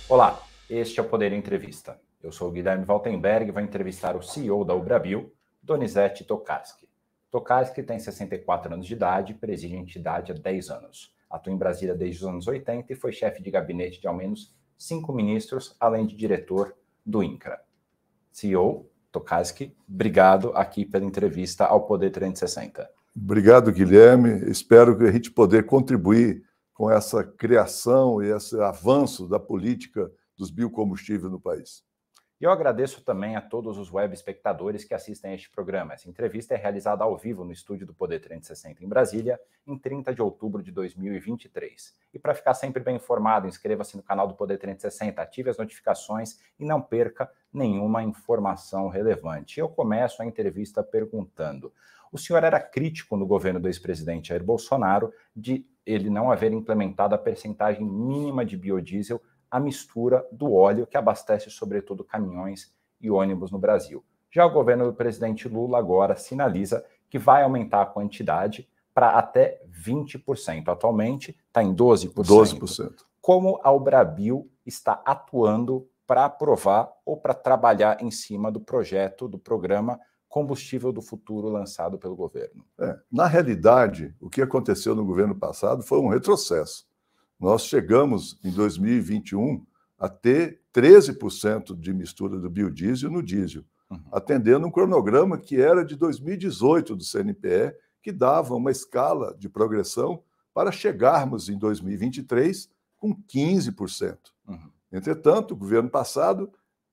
Olá, este é o Poder Entrevista. Eu sou o Guilherme Waltenberg e vou entrevistar o CEO da Ubrabil, Donizete Tokarski. Tokarski tem 64 anos de idade e preside a entidade há 10 anos. Atua em Brasília desde os anos 80 e foi chefe de gabinete de ao menos 5 ministros, além de diretor do INCRA. CEO Tokarski, obrigado aqui pela entrevista ao Poder 360. Obrigado, Guilherme. Espero que a gente poder contribuir com essa criação e esse avanço da política dos biocombustíveis no país. E eu agradeço também a todos os web espectadores que assistem a este programa. Essa entrevista é realizada ao vivo no estúdio do Poder 360 em Brasília, em 30 de outubro de 2023. E para ficar sempre bem informado, inscreva-se no canal do Poder 360, ative as notificações e não perca nenhuma informação relevante. Eu começo a entrevista perguntando: o senhor era crítico no governo do ex-presidente Jair Bolsonaro de ele não haver implementado a percentagem mínima de biodiesel à mistura do óleo que abastece sobretudo caminhões e ônibus no Brasil. Já o governo do presidente Lula agora sinaliza que vai aumentar a quantidade para até 20%. Atualmente está em 12%. 12%. Como a Ubrabil está atuando para aprovar ou para trabalhar em cima do projeto, do programa Combustível do Futuro lançado pelo governo? Na realidade, o que aconteceu no governo passado foi um retrocesso. Nós chegamos, em 2021, a ter 13% de mistura do biodiesel no diesel, atendendo um cronograma que era de 2018 do CNPE, que dava uma escala de progressão para chegarmos em 2023 com 15%. Entretanto, o governo passado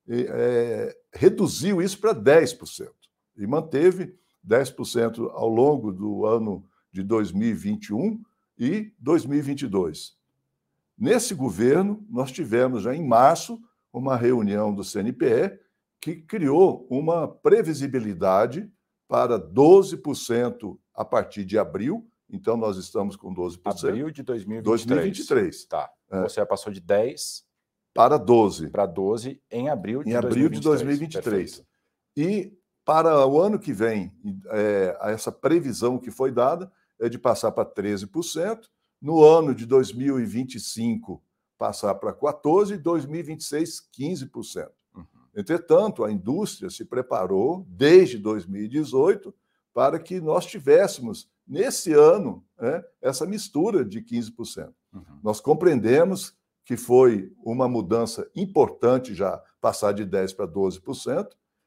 reduziu isso para 10%. E manteve 10% ao longo do ano de 2021 e 2022. Nesse governo, nós tivemos já em março uma reunião do CNPE que criou uma previsibilidade para 12% a partir de abril. Então, nós estamos com 12%. Abril de 2023. Tá. Você já passou de 10 para 12. Para 12 em abril de 2023. Em abril de 2023. Perfeito. E para o ano que vem, essa previsão que foi dada é de passar para 13%, no ano de 2025 passar para 14% e 2026, 15%. Entretanto, a indústria se preparou desde 2018 para que nós tivéssemos, nesse ano, essa mistura de 15%. Nós compreendemos que foi uma mudança importante já passar de 10% para 12%,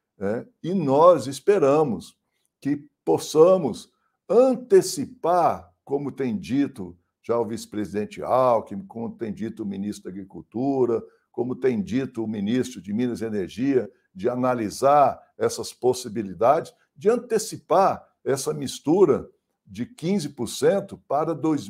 e nós esperamos que possamos antecipar, como tem dito já o vice-presidente Alckmin, como tem dito o ministro da Agricultura, como tem dito o ministro de Minas e Energia, de analisar essas possibilidades, de antecipar essa mistura de 15% para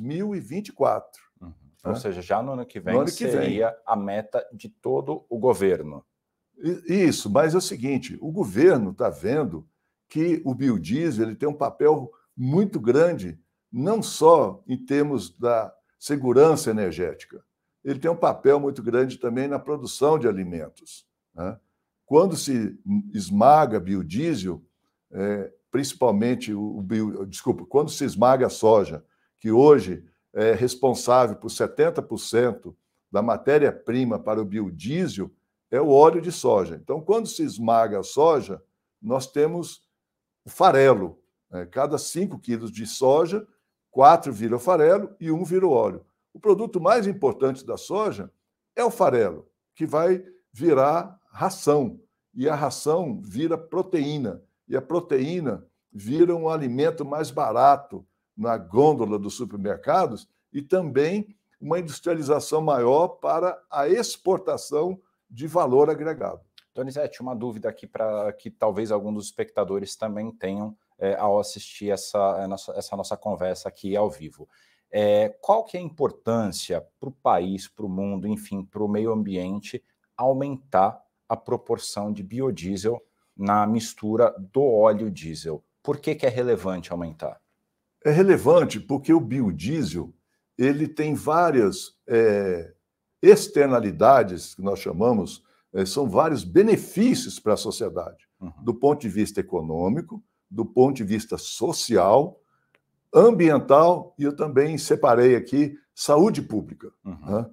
2024. Ou seja, já no ano que vem seria a meta de todo o governo. Isso, mas é o seguinte, o governo está vendo que o biodiesel ele tem um papel muito grande, não só em termos da segurança energética, ele tem um papel muito grande também na produção de alimentos. Quando se esmaga biodiesel, principalmente quando se esmaga a soja, que hoje é responsável por 70% da matéria-prima para o biodiesel, é o óleo de soja. Então, quando se esmaga a soja, nós temos o farelo. Cada 5 quilos de soja, 4 viram farelo e 1 vira óleo. O produto mais importante da soja é o farelo, que vai virar ração. E a ração vira proteína. E a proteína vira um alimento mais barato na gôndola dos supermercados e também uma industrialização maior para a exportação de valor agregado. Donizete, uma dúvida aqui para que talvez alguns dos espectadores também tenham ao assistir essa nossa conversa aqui ao vivo. Qual que é a importância para o país, para o mundo, enfim, para o meio ambiente, aumentar a proporção de biodiesel na mistura do óleo diesel? Por que é relevante aumentar? É relevante porque o biodiesel ele tem várias externalidades, que nós chamamos, são vários benefícios para a sociedade, do ponto de vista econômico, do ponto de vista social, ambiental, e eu também separei aqui saúde pública.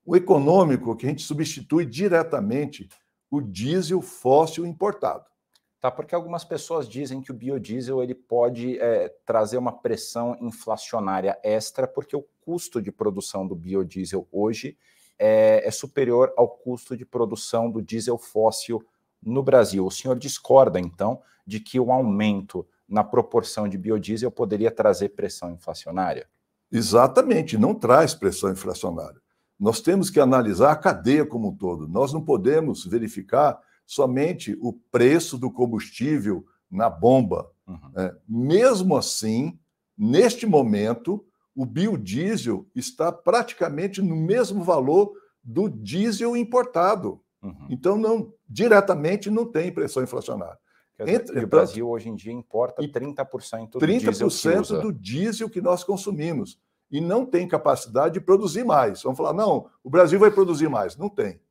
O econômico, que a gente substitui diretamente o diesel fóssil importado. Tá, porque algumas pessoas dizem que o biodiesel ele pode trazer uma pressão inflacionária extra, porque o custo de produção do biodiesel hoje é superior ao custo de produção do diesel fóssil no Brasil. O senhor discorda, então, de que o aumento na proporção de biodiesel poderia trazer pressão inflacionária? Exatamente, não traz pressão inflacionária. Nós temos que analisar a cadeia como um todo. Nós não podemos verificar somente o preço do combustível na bomba. Mesmo assim, neste momento, o biodiesel está praticamente no mesmo valor do diesel importado. Então, diretamente não tem pressão inflacionária. E o Brasil, hoje em dia, importa 30% do diesel que usa. do diesel que nós consumimos. E não tem capacidade de produzir mais. Vamos falar, não, o Brasil vai produzir mais. Não tem.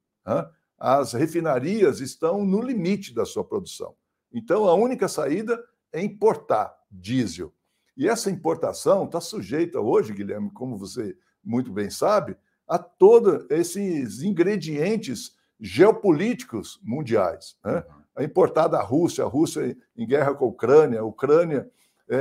As refinarias estão no limite da sua produção. Então, a única saída é importar diesel. E essa importação está sujeita hoje, Guilherme, como você muito bem sabe, a todos esses ingredientes geopolíticos mundiais. A importar da Rússia, a Rússia em guerra com a Ucrânia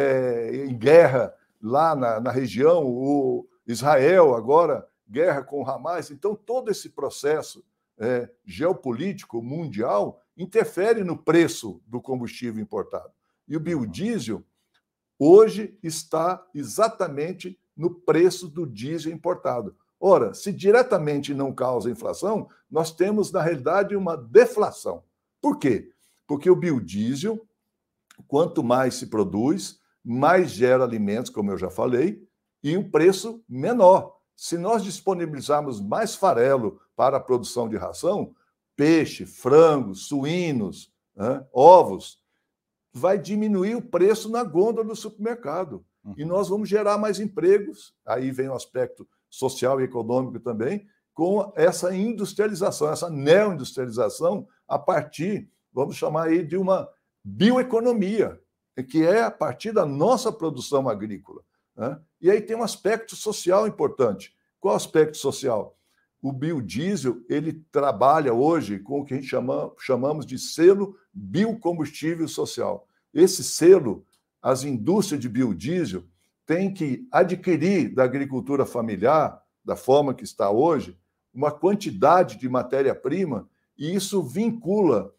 em guerra lá na região, o Israel agora, guerra com o Hamas. Então, todo esse processo geopolítico mundial interfere no preço do combustível importado. E o biodiesel, hoje, está exatamente no preço do diesel importado. Ora, se diretamente não causa inflação, nós temos, na realidade, uma deflação. Por quê? Porque o biodiesel, quanto mais se produz, mais gera alimentos, como eu já falei, e um preço menor. Se nós disponibilizarmos mais farelo para a produção de ração, peixe, frango, suínos, ovos, vai diminuir o preço na gôndola do supermercado. E nós vamos gerar mais empregos, aí vem o aspecto social e econômico também, com essa industrialização, essa neoindustrialização, a partir, vamos chamar aí de uma bioeconomia, que é a partir da nossa produção agrícola. E aí tem um aspecto social importante. Qual aspecto social? O biodiesel, ele trabalha hoje com o que a gente chamamos de selo biocombustível social. Esse selo, as indústrias de biodiesel têm que adquirir da agricultura familiar, da forma que está hoje, uma quantidade de matéria-prima, e isso vincula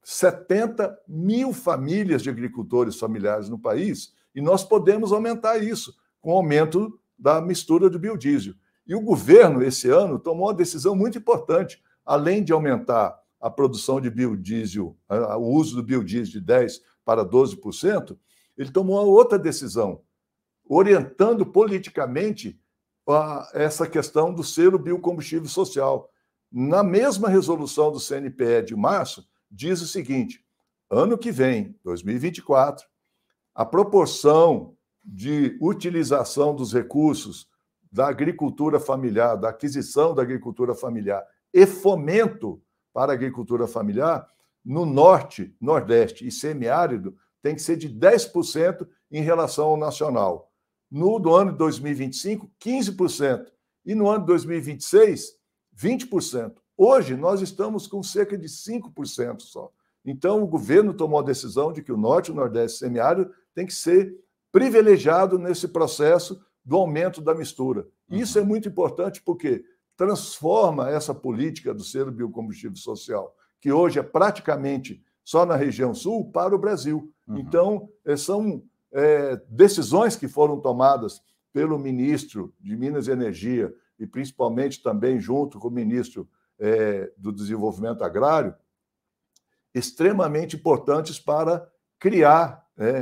70 mil famílias de agricultores familiares no país, e nós podemos aumentar isso com o aumento da mistura do biodiesel. E o governo, esse ano, tomou uma decisão muito importante. Além de aumentar a produção de biodiesel, o uso do biodiesel de 10% para 12%, ele tomou uma outra decisão, orientando politicamente essa questão do selo biocombustível social. Na mesma resolução do CNPE de março, diz o seguinte: ano que vem, 2024, a proporção de utilização dos recursos da agricultura familiar, da aquisição da agricultura familiar e fomento para a agricultura familiar, no norte, nordeste e semiárido, tem que ser de 10% em relação ao nacional. No ano de 2025, 15%. E no ano de 2026, 20%. Hoje, nós estamos com cerca de 5% só. Então, o governo tomou a decisão de que o norte e o nordeste semiárido tem que ser privilegiado nesse processo do aumento da mistura. Isso é muito importante porque transforma essa política do selo biocombustível social, que hoje é praticamente só na região sul, para o Brasil. Então, são decisões que foram tomadas pelo ministro de Minas e Energia e principalmente também junto com o ministro do Desenvolvimento Agrário, extremamente importantes para criar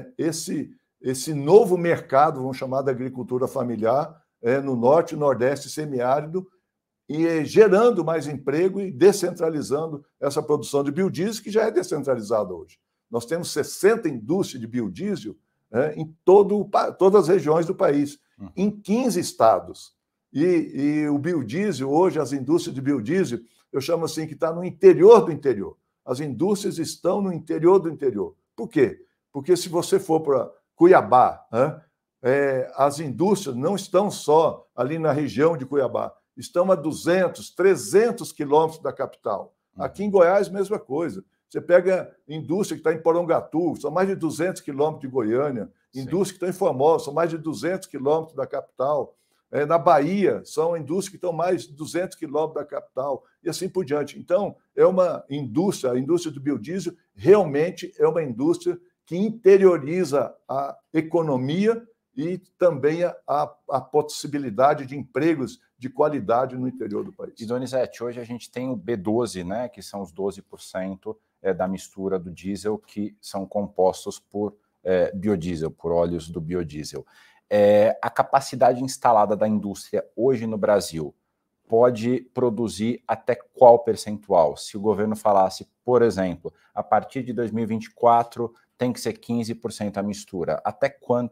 esse novo mercado, vamos chamar de agricultura familiar, no norte, nordeste, semiárido, e gerando mais emprego e descentralizando essa produção de biodiesel, que já é descentralizada hoje. Nós temos 60 indústrias de biodiesel em todas as regiões do país, em 15 estados. E o biodiesel, hoje, as indústrias de biodiesel, eu chamo assim que está no interior do interior. As indústrias estão no interior do interior. Por quê? Porque se você for para Cuiabá, as indústrias não estão só ali na região de Cuiabá, estão a 200, 300 quilômetros da capital. Aqui em Goiás, mesma coisa. Você pega indústria que está em Porongatu, são mais de 200 quilômetros de Goiânia. Indústria que está em Formosa, são mais de 200 quilômetros da capital. Na Bahia, são indústrias que estão mais de 200 quilômetros da capital, e assim por diante. Então, é uma indústria, a indústria do biodiesel realmente é uma indústria que interioriza a economia e também a possibilidade de empregos de qualidade no interior do país. E, Donizete, hoje a gente tem o B12, né, que são os 12% da mistura do diesel que são compostos por biodiesel, por óleos do biodiesel. A capacidade instalada da indústria hoje no Brasil pode produzir até qual percentual? Se o governo falasse, por exemplo, a partir de 2024 tem que ser 15% a mistura, até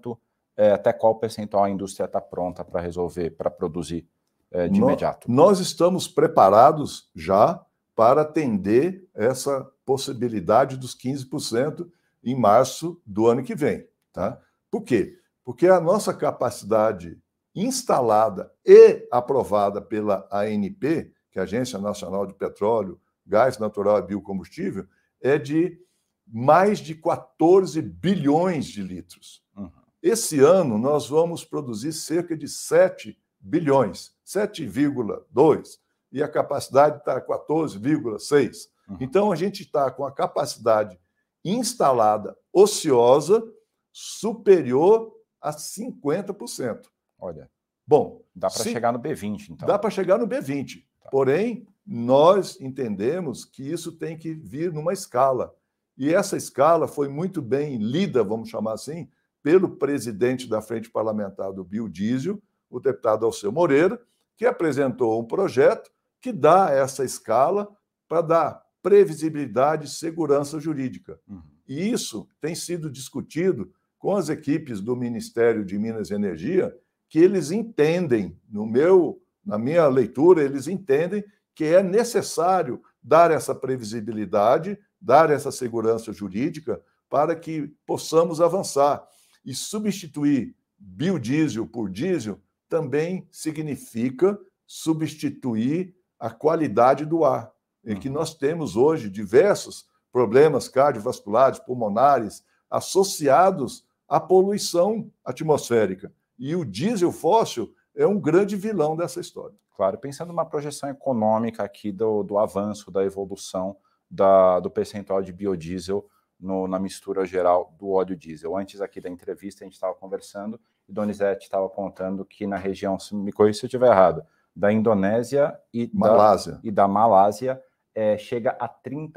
qual percentual a indústria está pronta para resolver, para produzir de imediato? Nós estamos preparados já para atender essa possibilidade dos 15% em março do ano que vem. Tá? Por quê? Porque a nossa capacidade instalada e aprovada pela ANP, que é a Agência Nacional de Petróleo, Gás Natural e Biocombustível, é de mais de 14 bilhões de litros. Uhum. Esse ano, nós vamos produzir cerca de 7 bilhões, 7,2, e a capacidade está 14,6. Uhum. Então, a gente está com a capacidade instalada ociosa superior a 50%. Olha, bom, dá para chegar no B20, então. Dá para chegar no B20. Tá. Porém, nós entendemos que isso tem que vir numa escala. E essa escala foi muito bem lida, vamos chamar assim, pelo presidente da Frente Parlamentar do Biodiesel, o deputado Alceu Moreira, que apresentou um projeto que dá essa escala para dar previsibilidade e segurança jurídica. Uhum. E isso tem sido discutido com as equipes do Ministério de Minas e Energia, que eles entendem, na minha leitura, eles entendem que é necessário dar essa previsibilidade, dar essa segurança jurídica para que possamos avançar. E substituir biodiesel por diesel também significa substituir a qualidade do ar, em que nós temos hoje diversos problemas cardiovasculares, pulmonares, associados à poluição atmosférica. E o diesel fóssil é um grande vilão dessa história. Claro, pensando numa projeção econômica aqui do avanço, da evolução do percentual de biodiesel na mistura geral do óleo diesel. Antes aqui da entrevista a gente estava conversando e Donizete estava contando que na região, se me corrija se eu estiver errado, da Indonésia e da Malásia, chega a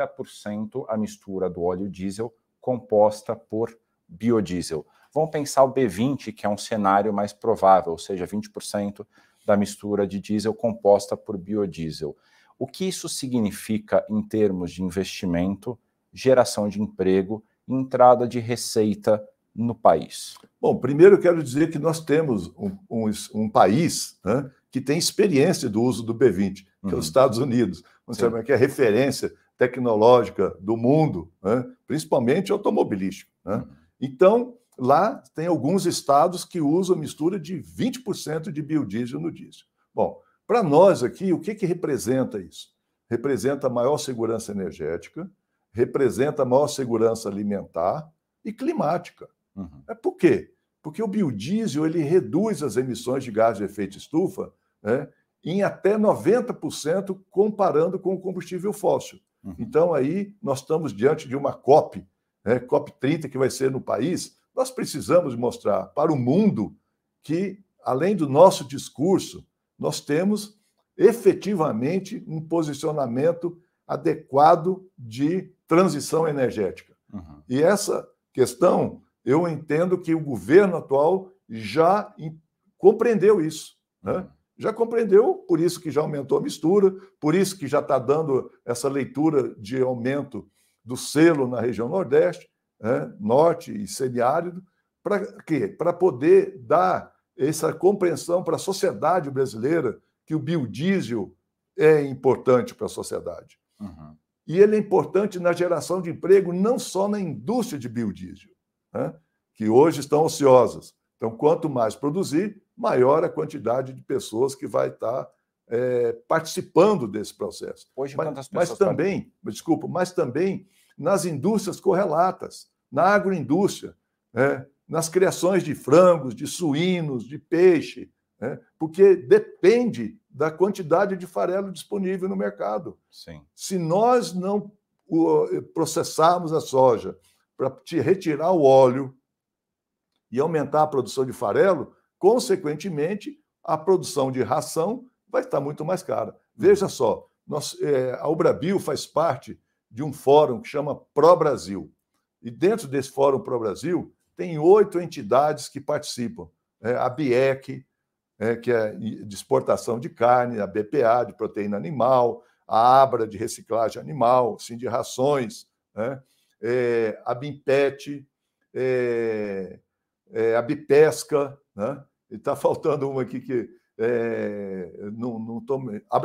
30% a mistura do óleo diesel composta por biodiesel. Vamos pensar o B20, que é um cenário mais provável, ou seja, 20% da mistura de diesel composta por biodiesel. O que isso significa em termos de investimento, geração de emprego e entrada de receita no país? Bom, primeiro eu quero dizer que nós temos um país, né, que tem experiência do uso do B20, que é os Estados Unidos, que é a referência tecnológica do mundo, né, principalmente automobilístico. Né? Então, lá tem alguns estados que usam mistura de 20% de biodiesel no diesel. Bom, para nós aqui, o que representa isso? Representa maior segurança energética, representa maior segurança alimentar e climática. Uhum. Por quê? Porque o biodiesel ele reduz as emissões de gás de efeito estufa, né, em até 90% comparando com o combustível fóssil. Uhum. Então, aí nós estamos diante de uma COP, né, COP30, que vai ser no país. Nós precisamos mostrar para o mundo que, além do nosso discurso, nós temos efetivamente um posicionamento adequado de transição energética. Uhum. E essa questão, eu entendo que o governo atual já compreendeu isso. Né? Já compreendeu, por isso que já aumentou a mistura, por isso que já está dando essa leitura de aumento do selo na região Nordeste, né? Norte e semiárido. Para quê? Para poder dar essa compreensão para a sociedade brasileira que o biodiesel é importante para a sociedade. Uhum. E ele é importante na geração de emprego, não só na indústria de biodiesel, né, que hoje estão ociosas. Então, quanto mais produzir, maior a quantidade de pessoas que vai estar participando desse processo. Hoje, quantas pessoas mas também nas indústrias correlatas, na agroindústria, nas criações de frangos, de suínos, de peixe, porque depende da quantidade de farelo disponível no mercado. Sim. Se nós não processarmos a soja para retirar o óleo e aumentar a produção de farelo, consequentemente, a produção de ração vai estar muito mais cara. Veja só, a Ubrabio faz parte de um fórum que chama Pro-Brasil. E dentro desse fórum Pro-Brasil, tem 8 entidades que participam. A BIEC, que é de exportação de carne, a BPA, de proteína animal, a ABRA, de reciclagem animal, Sindicações, a BIMPET, a Bipesca, né? E está faltando uma aqui que não tô...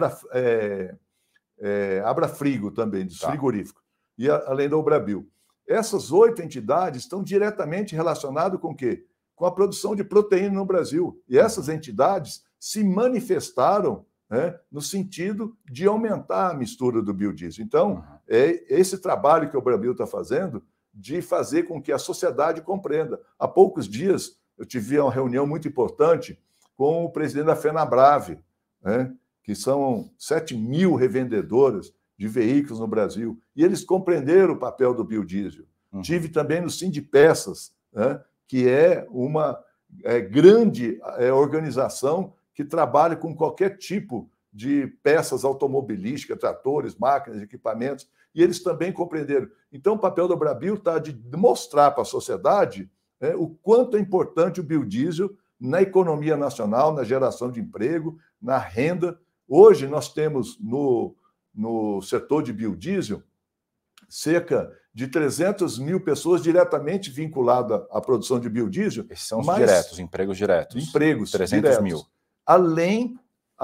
Abrafrigo também, dos frigoríficos, e além da Ubrabio. Essas 8 entidades estão diretamente relacionadas com o quê? Com a produção de proteína no Brasil. E essas entidades se manifestaram, no sentido de aumentar a mistura do biodiesel. Então, é esse trabalho que o Ubrabio está fazendo de fazer com que a sociedade compreenda. Há poucos dias, eu tive uma reunião muito importante com o presidente da FenaBrave, que são 7.000 revendedoras de veículos no Brasil, e eles compreenderam o papel do biodiesel. Tive também no Sindipeças, que é uma grande organização que trabalha com qualquer tipo de peças automobilísticas, tratores, máquinas, equipamentos, e eles também compreenderam. Então, o papel do Ubrabio está de mostrar para a sociedade o quanto é importante o biodiesel na economia nacional, na geração de emprego, na renda. Hoje, nós temos no setor de biodiesel cerca de 300.000 pessoas diretamente vinculadas à produção de biodiesel. Esses são os diretos, empregos diretos. Empregos 300 mil. Além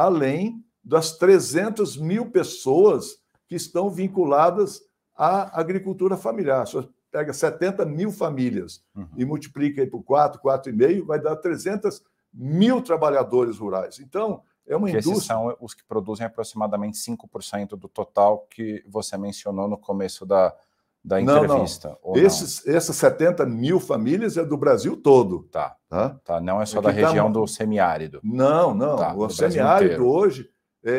das 300.000 pessoas que estão vinculadas à agricultura familiar. Você pega 70.000 famílias e multiplica aí por 4,5, vai dar 300.000 trabalhadores rurais. Então, é uma indústria... Esses são os que produzem aproximadamente 5% do total que você mencionou no começo da entrevista. Não. Essas 70.000 famílias é do Brasil todo. Tá. Não é só da região do semiárido. Não. O semiárido hoje,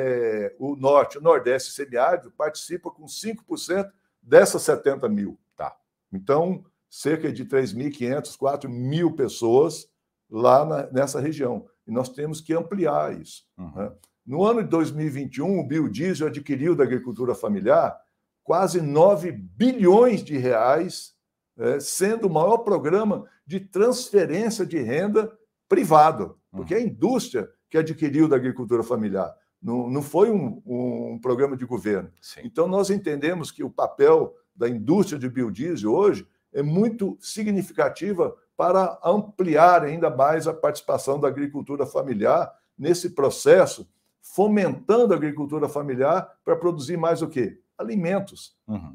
o norte, o nordeste semiárido participa com 5% dessas 70.000. Tá. Então, cerca de 3.500, 4.000 pessoas lá nessa região. E nós temos que ampliar isso. No ano de 2021, o biodiesel adquiriu da agricultura familiar quase 9 bilhões de reais, sendo o maior programa de transferência de renda privado, porque é a indústria que adquiriu da agricultura familiar, não foi um programa de governo. Sim. Então, nós entendemos que o papel da indústria de biodiesel hoje é muito significativa para ampliar ainda mais a participação da agricultura familiar nesse processo, fomentando a agricultura familiar para produzir mais o quê? Alimentos.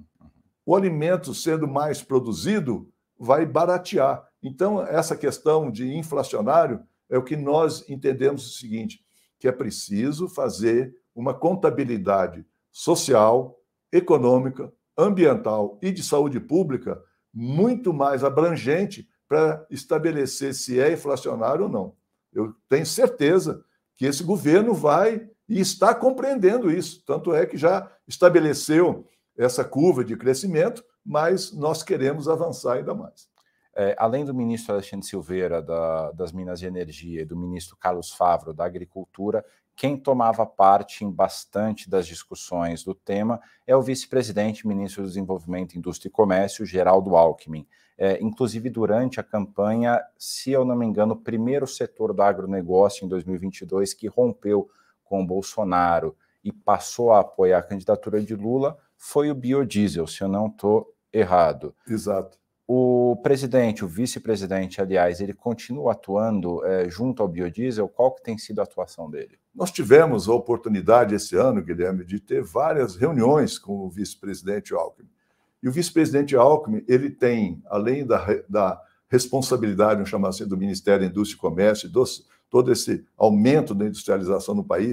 O alimento sendo mais produzido vai baratear. Então, essa questão de inflacionário é o que nós entendemos o seguinte, que é preciso fazer uma contabilidade social, econômica, ambiental e de saúde pública muito mais abrangente para estabelecer se é inflacionário ou não. Eu tenho certeza que esse governo vai e está compreendendo isso. Tanto é que já estabeleceu essa curva de crescimento, mas nós queremos avançar ainda mais. Além do ministro Alexandre Silveira, das Minas e Energia, e do ministro Carlos Favro, da Agricultura, quem tomava parte em bastante das discussões do tema é o vice-presidente, ministro do Desenvolvimento, Indústria e Comércio, Geraldo Alckmin. Inclusive, durante a campanha, se eu não me engano, o primeiro setor do agronegócio em 2022 que rompeu com o Bolsonaro e passou a apoiar a candidatura de Lula foi o biodiesel, se eu não estou errado. Exato. O presidente, o vice-presidente, aliás, ele continua atuando junto ao biodiesel? Qual que tem sido a atuação dele? Nós tivemos a oportunidade esse ano, Guilherme, de ter várias reuniões com o vice-presidente Alckmin. E o vice-presidente Alckmin, ele tem, além da responsabilidade, vamos chamar assim, do Ministério da Indústria e Comércio, todo esse aumento da industrialização no país,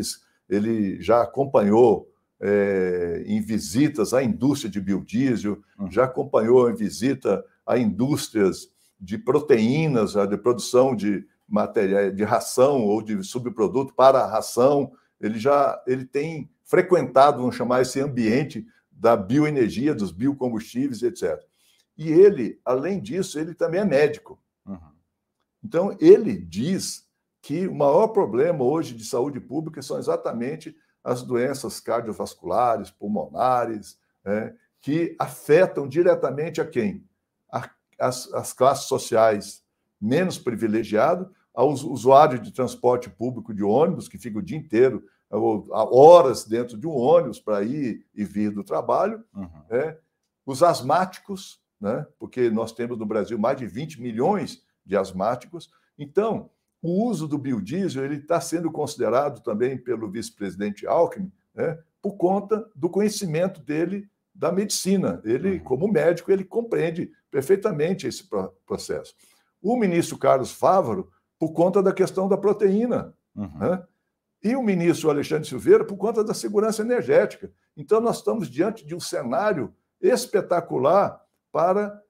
ele já acompanhou em visitas à indústria de biodiesel, já acompanhou em visita a indústrias de proteínas, de produção de material de ração ou de subproduto para a ração. Ele tem frequentado, vamos chamar esse ambiente da bioenergia, dos biocombustíveis, etc. E ele, além disso, ele também é médico. Então, ele diz que o maior problema hoje de saúde pública são exatamente as doenças cardiovasculares, pulmonares, que afetam diretamente a quem? As classes sociais menos privilegiadas, aos usuários de transporte público de ônibus, que ficam o dia inteiro, horas dentro de um ônibus para ir e vir do trabalho, os asmáticos, porque nós temos no Brasil mais de 20 milhões de asmáticos. Então, o uso do biodiesel ele está sendo considerado também pelo vice-presidente Alckmin, por conta do conhecimento dele da medicina. Ele, como médico, ele compreende perfeitamente esse processo. O ministro Carlos Fávaro, por conta da questão da proteína. E o ministro Alexandre Silveira, por conta da segurança energética. Então, nós estamos diante de um cenário espetacular para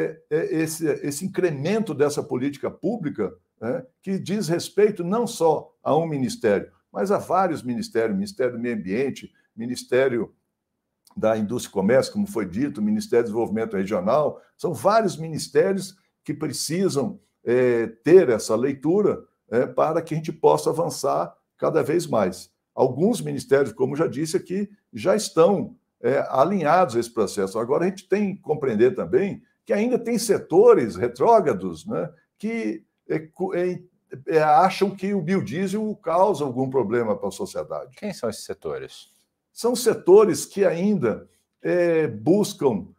esse incremento dessa política pública, que diz respeito não só a um ministério, mas a vários ministérios, Ministério do Meio Ambiente, Ministério da Indústria e Comércio, como foi dito, Ministério do Desenvolvimento Regional. São vários ministérios que precisam ter essa leitura para que a gente possa avançar cada vez mais. Alguns ministérios, como já disse aqui, já estão alinhados a esse processo. Agora, a gente tem que compreender também que ainda tem setores retrógrados, que acham que o biodiesel causa algum problema para a sociedade. Quem são esses setores? São setores que ainda buscam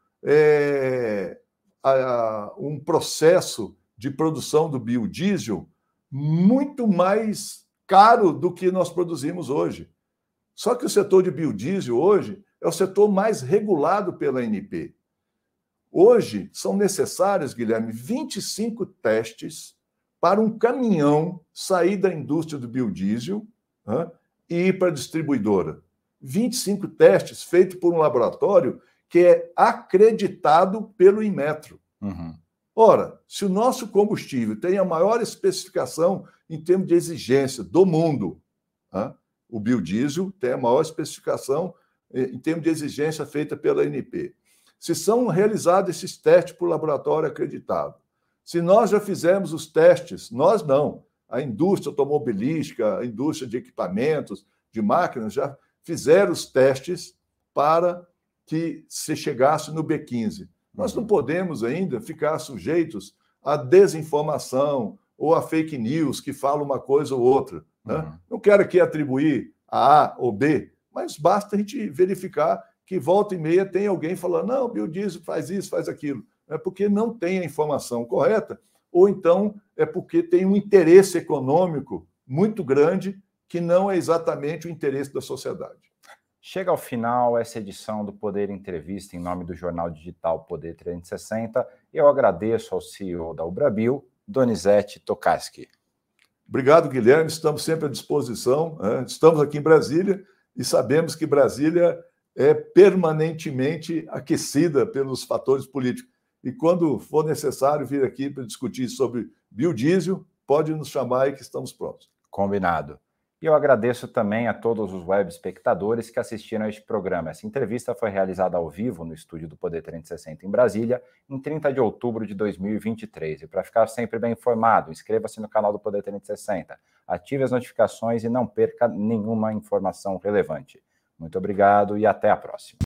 um processo de produção do biodiesel muito mais caro do que nós produzimos hoje. Só que o setor de biodiesel hoje é o setor mais regulado pela ANP. Hoje são necessários, Guilherme, 25 testes para um caminhão sair da indústria do biodiesel e ir para a distribuidora. 25 testes feitos por um laboratório que é acreditado pelo Inmetro. Ora, se o nosso combustível tem a maior especificação em termos de exigência do mundo, o biodiesel tem a maior especificação em termos de exigência feita pela ANP. Se são realizados esses testes por laboratório acreditado, se nós já fizemos os testes, nós não, a indústria automobilística, a indústria de equipamentos, de máquinas, já fizeram os testes para que se chegasse no B15. Nós não podemos ainda ficar sujeitos à desinformação ou a fake news que fala uma coisa ou outra. Não quero aqui atribuir a A ou B, mas basta a gente verificar que volta e meia tem alguém falando não, o biodiesel faz isso, faz aquilo. É porque não tem a informação correta, ou então é porque tem um interesse econômico muito grande que não é exatamente o interesse da sociedade. Chega ao final essa edição do Poder Entrevista em nome do jornal digital Poder 360. Eu agradeço ao CEO da Ubrabil, Donizete Tokarski. Obrigado, Guilherme. Estamos sempre à disposição. Estamos aqui em Brasília e sabemos que Brasília é permanentemente aquecida pelos fatores políticos. E quando for necessário vir aqui para discutir sobre biodiesel, pode nos chamar aí que estamos prontos. Combinado. E eu agradeço também a todos os web espectadores que assistiram a este programa. Essa entrevista foi realizada ao vivo no estúdio do Poder 360 em Brasília, em 30 de outubro de 2023. E para ficar sempre bem informado, inscreva-se no canal do Poder 360, ative as notificações e não perca nenhuma informação relevante. Muito obrigado e até a próxima.